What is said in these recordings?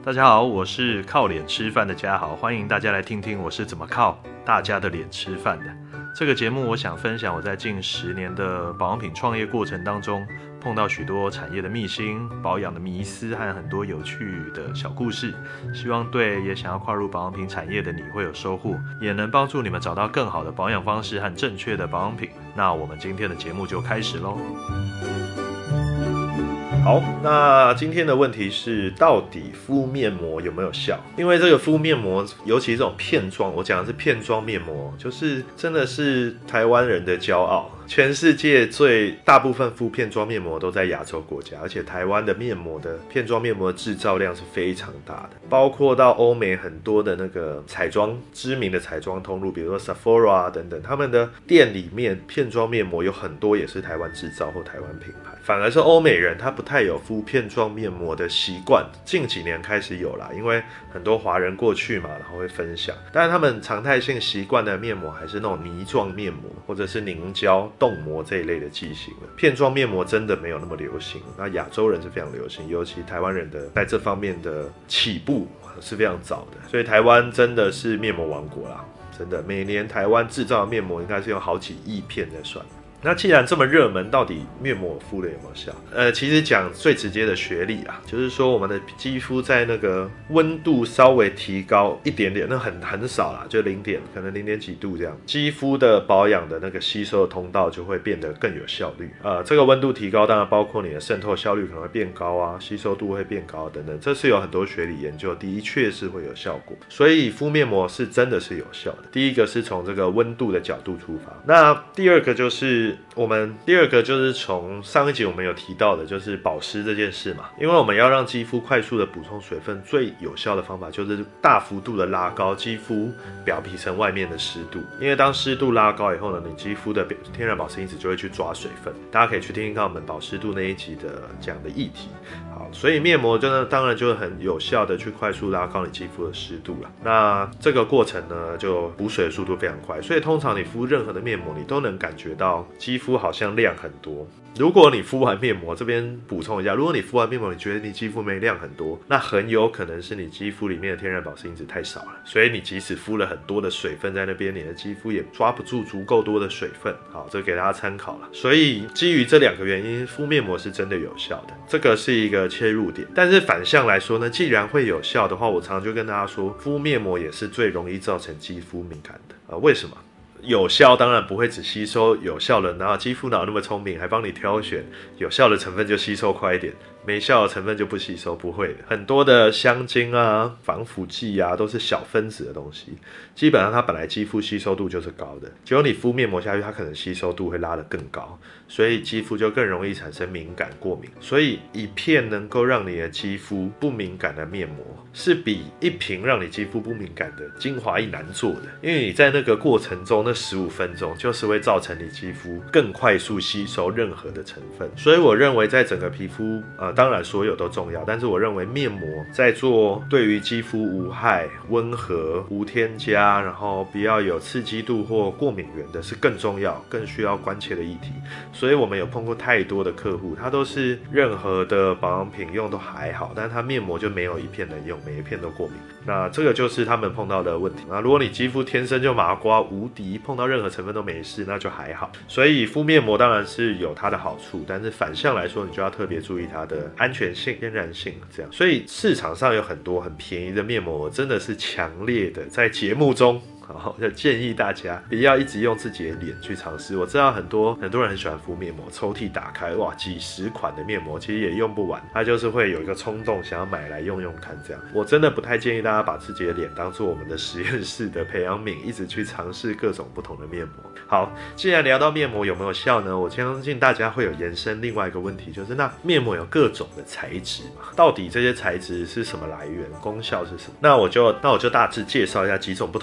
大家好，我是靠脸吃饭的嘉豪，欢迎大家来听听我是怎么靠大家的脸吃饭的。这个节目我想分享我在近10年的保养品创业过程当中，碰到许多产业的秘辛、保养的迷思和很多有趣的小故事，希望对也想要跨入保养品产业的你会有收获，也能帮助你们找到更好的保养方式和正确的保养品。那我们今天的节目就开始咯。好，那今天的问题是，到底敷面膜有没有效？因为这个敷面膜，尤其这种片状，我讲的是片状面膜，就是真的是台湾人的骄傲。全世界大部分敷片状面膜都在亚洲国家，而且台湾的片状面膜的制造量是非常大的，包括到欧美很多的那个知名的彩妆通路，比如说 Sephora 等等，他们的店里面片状面膜有很多也是台湾制造或台湾品牌。反而是欧美人他不太有敷片状面膜的习惯，近几年开始有啦，因为很多华人过去嘛，然后会分享，但是他们常态性习惯的面膜还是那种泥状面膜或者是凝胶冻膜这一类的剂型了，片状面膜真的没有那么流行。那亚洲人是非常流行，尤其台湾人的在这方面的起步是非常早的，所以台湾真的是面膜王国啦，真的每年台湾制造的面膜应该是用好几亿片在算。那既然这么热门，到底面膜敷了有没有效？其实讲最直接的学理啊，就是说我们的肌肤在那个温度稍微提高一点点，那很少啦，就可能0点几度这样，肌肤的保养的那个吸收的通道就会变得更有效率。这个温度提高当然包括你的渗透效率可能会变高啊，吸收度会变高等等，这是有很多学理研究，的确是会有效果。所以敷面膜是真的是有效的。第一个是从这个温度的角度出发，那第二个就是从上一集我们有提到的，就是保湿这件事嘛。因为我们要让肌肤快速的补充水分，最有效的方法就是大幅度的拉高肌肤表皮层外面的湿度。因为当湿度拉高以后呢，你肌肤的天然保湿因子就会去抓水分。大家可以去听听看我们保湿度那一集的讲的议题。好，所以面膜当然就很有效的去快速拉高你肌肤的湿度了。那这个过程呢，就补水的速度非常快，所以通常你敷任何的面膜，你都能感觉到肌肤好像亮很多。如果你敷完面膜，这边补充一下，如果你敷完面膜你觉得你肌肤没亮很多，那很有可能是你肌肤里面的天然保湿因子太少了，所以你即使敷了很多的水分在那边，你的肌肤也抓不住足够多的水分。好，这给大家参考了。所以基于这2个原因，敷面膜是真的有效的，这个是一个切入点。但是反向来说呢，既然会有效的话，我常常就跟大家说，敷面膜也是最容易造成肌肤敏感的。为什么？有效当然不会只吸收有效的，然后肌肤哪有那么聪明，还帮你挑选有效的成分就吸收快一点，没效的成分就不吸收，不会的。很多的香精啊、防腐剂啊，都是小分子的东西，基本上它本来肌肤吸收度就是高的，结果你敷面膜下去，它可能吸收度会拉得更高，所以肌肤就更容易产生敏感过敏。所以一片能够让你的肌肤不敏感的面膜，是比一瓶让你肌肤不敏感的精华液难做的，因为你在那个过程中那15分钟就是会造成你肌肤更快速吸收任何的成分。所以我认为在整个皮肤当然所有都重要，但是我认为面膜在做对于肌肤无害、温和、无添加，然后不要有刺激度或过敏源的是更重要、更需要关切的议题。所以我们有碰过太多的客户，他都是任何的保养品用都还好，但是他面膜就没有一片能用，每一片都过敏。那这个就是他们碰到的问题。那如果你肌肤天生就麻瓜无敌，碰到任何成分都没事，那就还好。所以敷面膜当然是有它的好处，但是反向来说，你就要特别注意它的安全性、天然性这样。所以市场上有很多很便宜的面膜，我真的是强烈的在节目中就建议大家不要一直用自己的脸去尝试。我知道很多人很喜欢敷面膜，抽屉打开哇几十款的面膜，其实也用不完，他就是会有一个冲动想要买来用用看这样。我真的不太建议大家把自己的脸当做我们的实验室的培养皿，一直去尝试各种不同的面膜。好，既然聊到面膜有没有效呢，我相信大家会有延伸另外一个问题，就是那面膜有各种的材质嘛，到底这些材质是什么来源，功效是什么？那我就大致介绍一下几种不同的面膜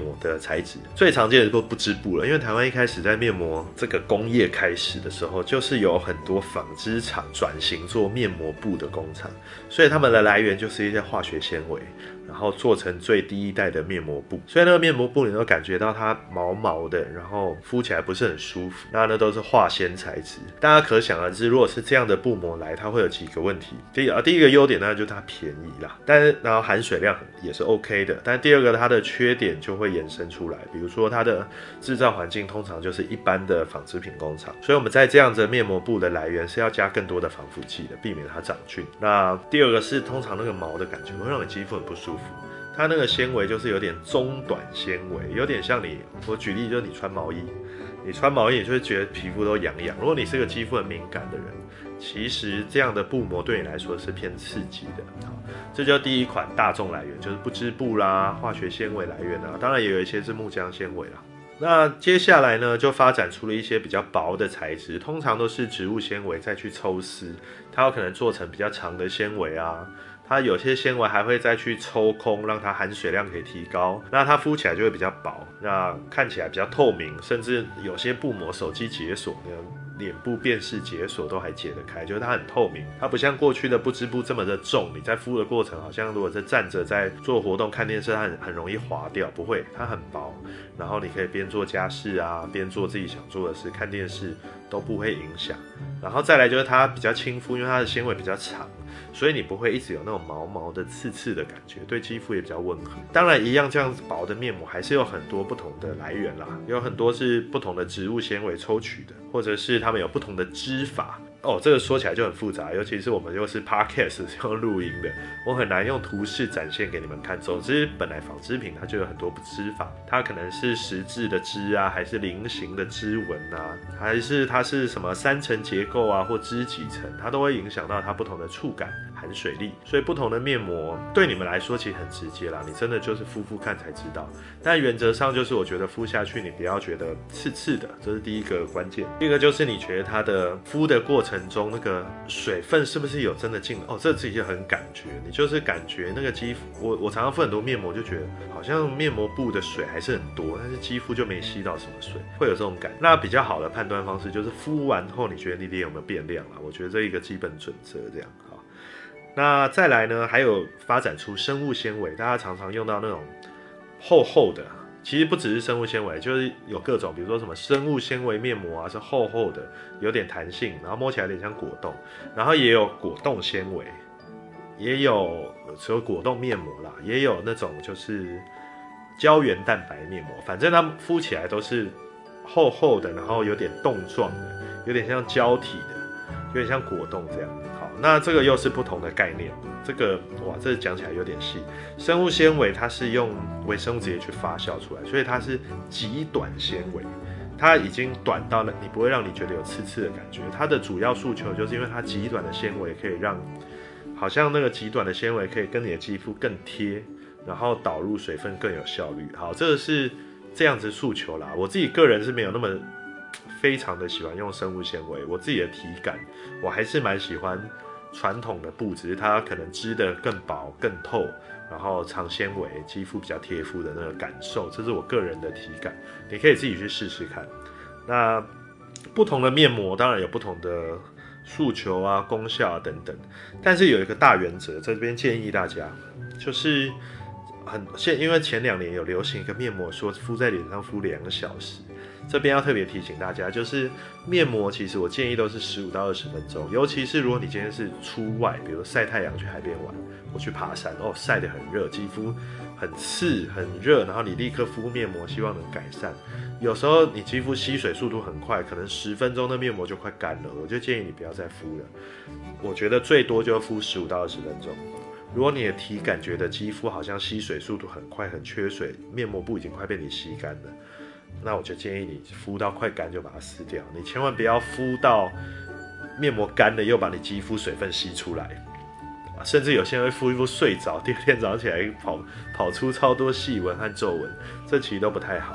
膜的材质，最常见的就是不织布了。因为台湾一开始在面膜这个工业开始的时候，就是有很多纺织厂转型做面膜布的工厂，所以它们的来源就是一些化学纤维，然后做成最第一代的面膜布。所以那个面膜布你都感觉到它毛毛的，然后敷起来不是很舒服。那都是化纤材质，大家可想而知，如果是这样的布膜来，它会有几个问题。第一个优点呢，就是它便宜啦，然后含水量也是 OK 的。但第二个，它的缺点就会衍生出来，比如说它的制造环境通常就是一般的纺织品工厂，所以我们在这样子的面膜布的来源是要加更多的防腐剂的，避免它长菌。那第二个是通常那个毛的感觉会让你肌肤很不舒服。它那个纤维就是有点中短纤维，有点像我举例就是你穿毛衣，你就会觉得皮肤都痒痒。如果你是个肌肤很敏感的人，其实这样的布膜对你来说是偏刺激的。好，这就是第一款大众来源，就是不织布啦、化学纤维来源啊，当然也有一些是木浆纤维啦。那接下来呢，就发展出了一些比较薄的材质，通常都是植物纤维再去抽丝，它有可能做成比较长的纤维啊。它有些纤维还会再去抽空，让它含水量可以提高，那它敷起来就会比较薄，那看起来比较透明，甚至有些布膜手机解锁脸部辨识解锁都还解得开，就是它很透明，它不像过去的不织布这么的重，你在敷的过程好像如果是站着在做活动看电视，它很容易滑掉，不会，它很薄，然后你可以边做家事啊，边做自己想做的事，看电视都不会影响。然后再来就是它比较亲肤，因为它的纤维比较长，所以你不会一直有那种毛毛的刺刺的感觉，对肌肤也比较温和。当然一样这样子薄的面膜还是有很多不同的来源啦，有很多是不同的植物纤维抽取的，或者是它们有不同的织法。这个说起来就很复杂，尤其是我们又是 podcast 用录音的，我很难用图示展现给你们看。总之，本来纺织品它就有很多织法，它可能是十字的织啊，还是菱形的织纹啊，还是它是什么3层结构啊，或织几层，它都会影响到它不同的触感、含水力。所以不同的面膜对你们来说其实很直接啦，你真的就是敷敷看才知道。但原则上就是我觉得敷下去你不要觉得刺刺的，这是第一个关键。第二个就是你觉得它的敷的过程中那个水分是不是有真的进这自己就很感觉，你就是感觉那个肌肤，我常常敷很多面膜就觉得好像面膜布的水还是很多，但是肌肤就没吸到什么水，会有这种感觉。那比较好的判断方式就是敷完后你觉得你脸有没有变亮啦，我觉得这一个基本准则这样。好，那再来呢，还有发展出生物纤维，大家常常用到那种厚厚的，其实不只是生物纤维，就是有各种，比如说什么生物纤维面膜啊，是厚厚的，有点弹性，然后摸起来有点像果冻，然后也有果冻纤维，也有除了果冻面膜啦，也有那种就是胶原蛋白面膜，反正它们敷起来都是厚厚的，然后有点冻状的，有点像胶体的，有点像果冻这样。好，那这个又是不同的概念。这讲起来有点细。生物纤维它是用微生物直接去发酵出来，所以它是极短纤维，它已经短到了你不会让你觉得有刺刺的感觉。它的主要诉求就是因为它极短的纤维可以让，好像那个极短的纤维可以跟你的肌肤更贴，然后导入水分更有效率。好，这个是这样子诉求啦。我自己个人是没有那么非常的喜欢用生物纤维，我自己的体感我还是蛮喜欢传统的布，只是它可能织得更薄更透，然后长纤维，肌肤比较贴肤的那个感受，这是我个人的体感，你可以自己去试试看。那不同的面膜当然有不同的诉求啊、功效啊等等，但是有一个大原则，在这边建议大家，就是因为前2年有流行一个面膜，说敷在脸上敷2个小时。这边要特别提醒大家，就是面膜其实我建议都是15到20分钟，尤其是如果你今天是出外，比如晒太阳去海边玩，我去爬山，晒得很热，肌肤很刺很热，然后你立刻敷面膜，希望能改善。有时候你肌肤吸水速度很快，可能10分钟的面膜就快干了，我就建议你不要再敷了。我觉得最多就敷15到20分钟。如果你的体感觉得肌肤好像吸水速度很快，很缺水，面膜布已经快被你吸干了，那我就建议你敷到快干就把它撕掉，你千万不要敷到面膜干了又把你肌肤水分吸出来，甚至有些人会敷一敷睡着，第2天早上起来跑出超多细纹和皱纹，这其实都不太好。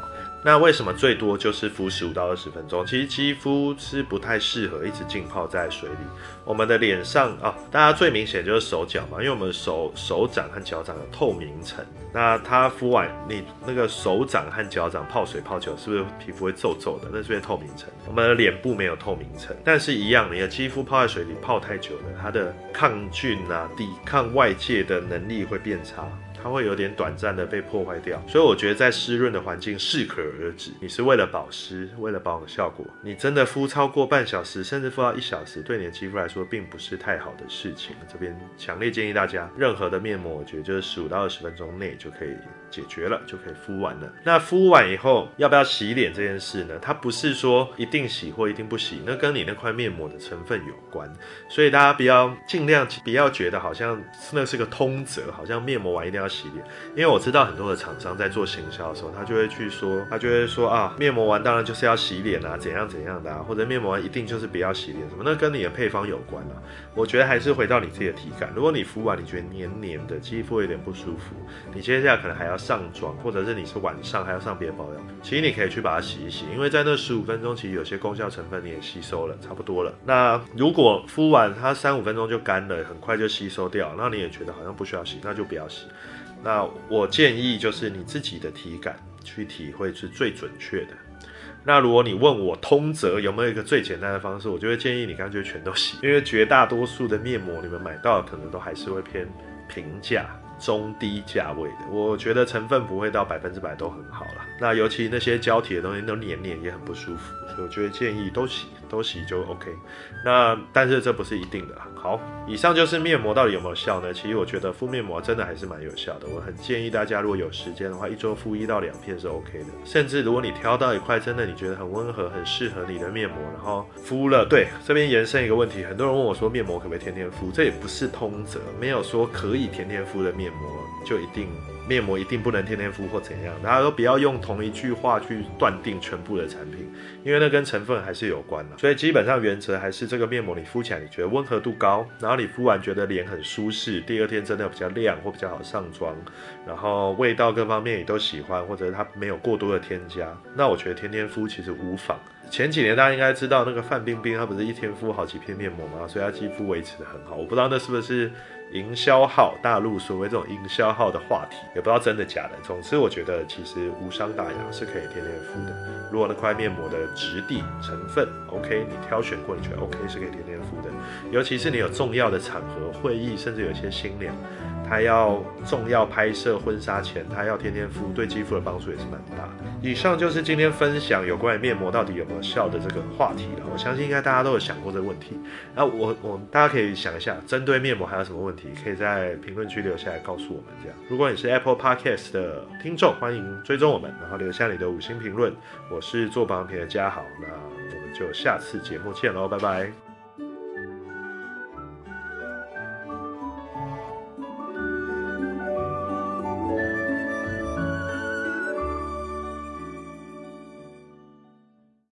那为什么最多就是敷15到20分钟？其实肌肤是不太适合一直浸泡在水里。我们的脸上啊，大家最明显就是手脚嘛，因为我们手掌和脚掌有透明层。那它敷完你那个手掌和脚掌泡水泡久，是不是皮肤会皱皱的？那是因为透明层。我们的脸部没有透明层，但是一样，你的肌肤泡在水里泡太久了，它的抗菌啊、抵抗外界的能力会变差。它会有点短暂的被破坏掉，所以我觉得在湿润的环境适可而止。你是为了保湿，为了保养效果，你真的敷超过半小时，甚至敷到1小时，对你的肌肤来说并不是太好的事情。这边强烈建议大家，任何的面膜，我觉得就是15到20分钟内就可以解决了，就可以敷完了。那敷完以后要不要洗脸这件事呢？它不是说一定洗或一定不洗，那跟你那块面膜的成分有关。所以大家尽量不要觉得好像那是个通则，好像面膜完一定要洗脸。因为我知道很多的厂商在做行销的时候，他就会说啊，面膜完当然就是要洗脸啊，怎样怎样的啊，或者面膜完一定就是不要洗脸什么，那跟你的配方有关啊。我觉得还是回到你自己的体感，如果你敷完你觉得黏黏的，肌肤有点不舒服，你接下来可能还要上妆，或者是你是晚上还要上别的保养，其实你可以去把它洗一洗，因为在那15分钟其实有些功效成分你也吸收了差不多了。那如果敷完它3-5分钟就干了，很快就吸收掉，那你也觉得好像不需要洗，那就不要洗。那我建议就是你自己的体感去体会是最准确的。那如果你问我通则有没有一个最简单的方式，我就会建议你干脆全都洗，因为绝大多数的面膜你们买到的可能都还是会偏平价、中低价位的，我觉得成分不会到100%都很好啦。那尤其那些胶体的东西都黏黏也很不舒服，所以我就会建议都洗就 OK。那但是这不是一定的啦。好，以上就是面膜到底有没有效呢？其实我觉得敷面膜真的还是蛮有效的，我很建议大家如果有时间的话，一周敷1到2片是 OK 的。甚至如果你挑到一块真的你觉得很温和、很适合你的面膜，然后敷了，对，这边延伸一个问题，很多人问我说面膜可不可以天天敷？这也不是通则，没有说可以天天敷的面膜就面膜一定不能天天敷或怎样，大家都不要用同一句话去断定全部的产品，因为那跟成分还是有关的。所以基本上原则还是这个面膜你敷起来你觉得温和度高，然后你敷完觉得脸很舒适，第二天真的比较亮或比较好上妆，然后味道各方面也都喜欢，或者它没有过多的添加，那我觉得天天敷其实无妨。前几年大家应该知道那个范冰冰，她不是一天敷好几片面膜吗？所以她肌肤维持得很好。我不知道那是不是营销号，大陆所谓这种营销号的话题，也不知道真的假的。总之我觉得其实无伤大雅，是可以天天敷的。如果那块面膜的质地成分 OK， 你挑选过你觉得 OK 是可以天天敷的。尤其是你有重要的场合、会议，甚至有一些新娘他要重要拍摄婚纱前，他要天天敷，对肌肤的帮助也是蛮大的。以上就是今天分享有关于面膜到底有没有效的这个话题了。我相信应该大家都有想过这个问题。那大家可以想一下，针对面膜还有什么问题，可以在评论区留下来告诉我们。这样，如果你是 Apple Podcast 的听众，欢迎追踪我们，然后留下你的5星评论。我是做保养品的嘉豪，那我们就下次节目见喽，拜拜。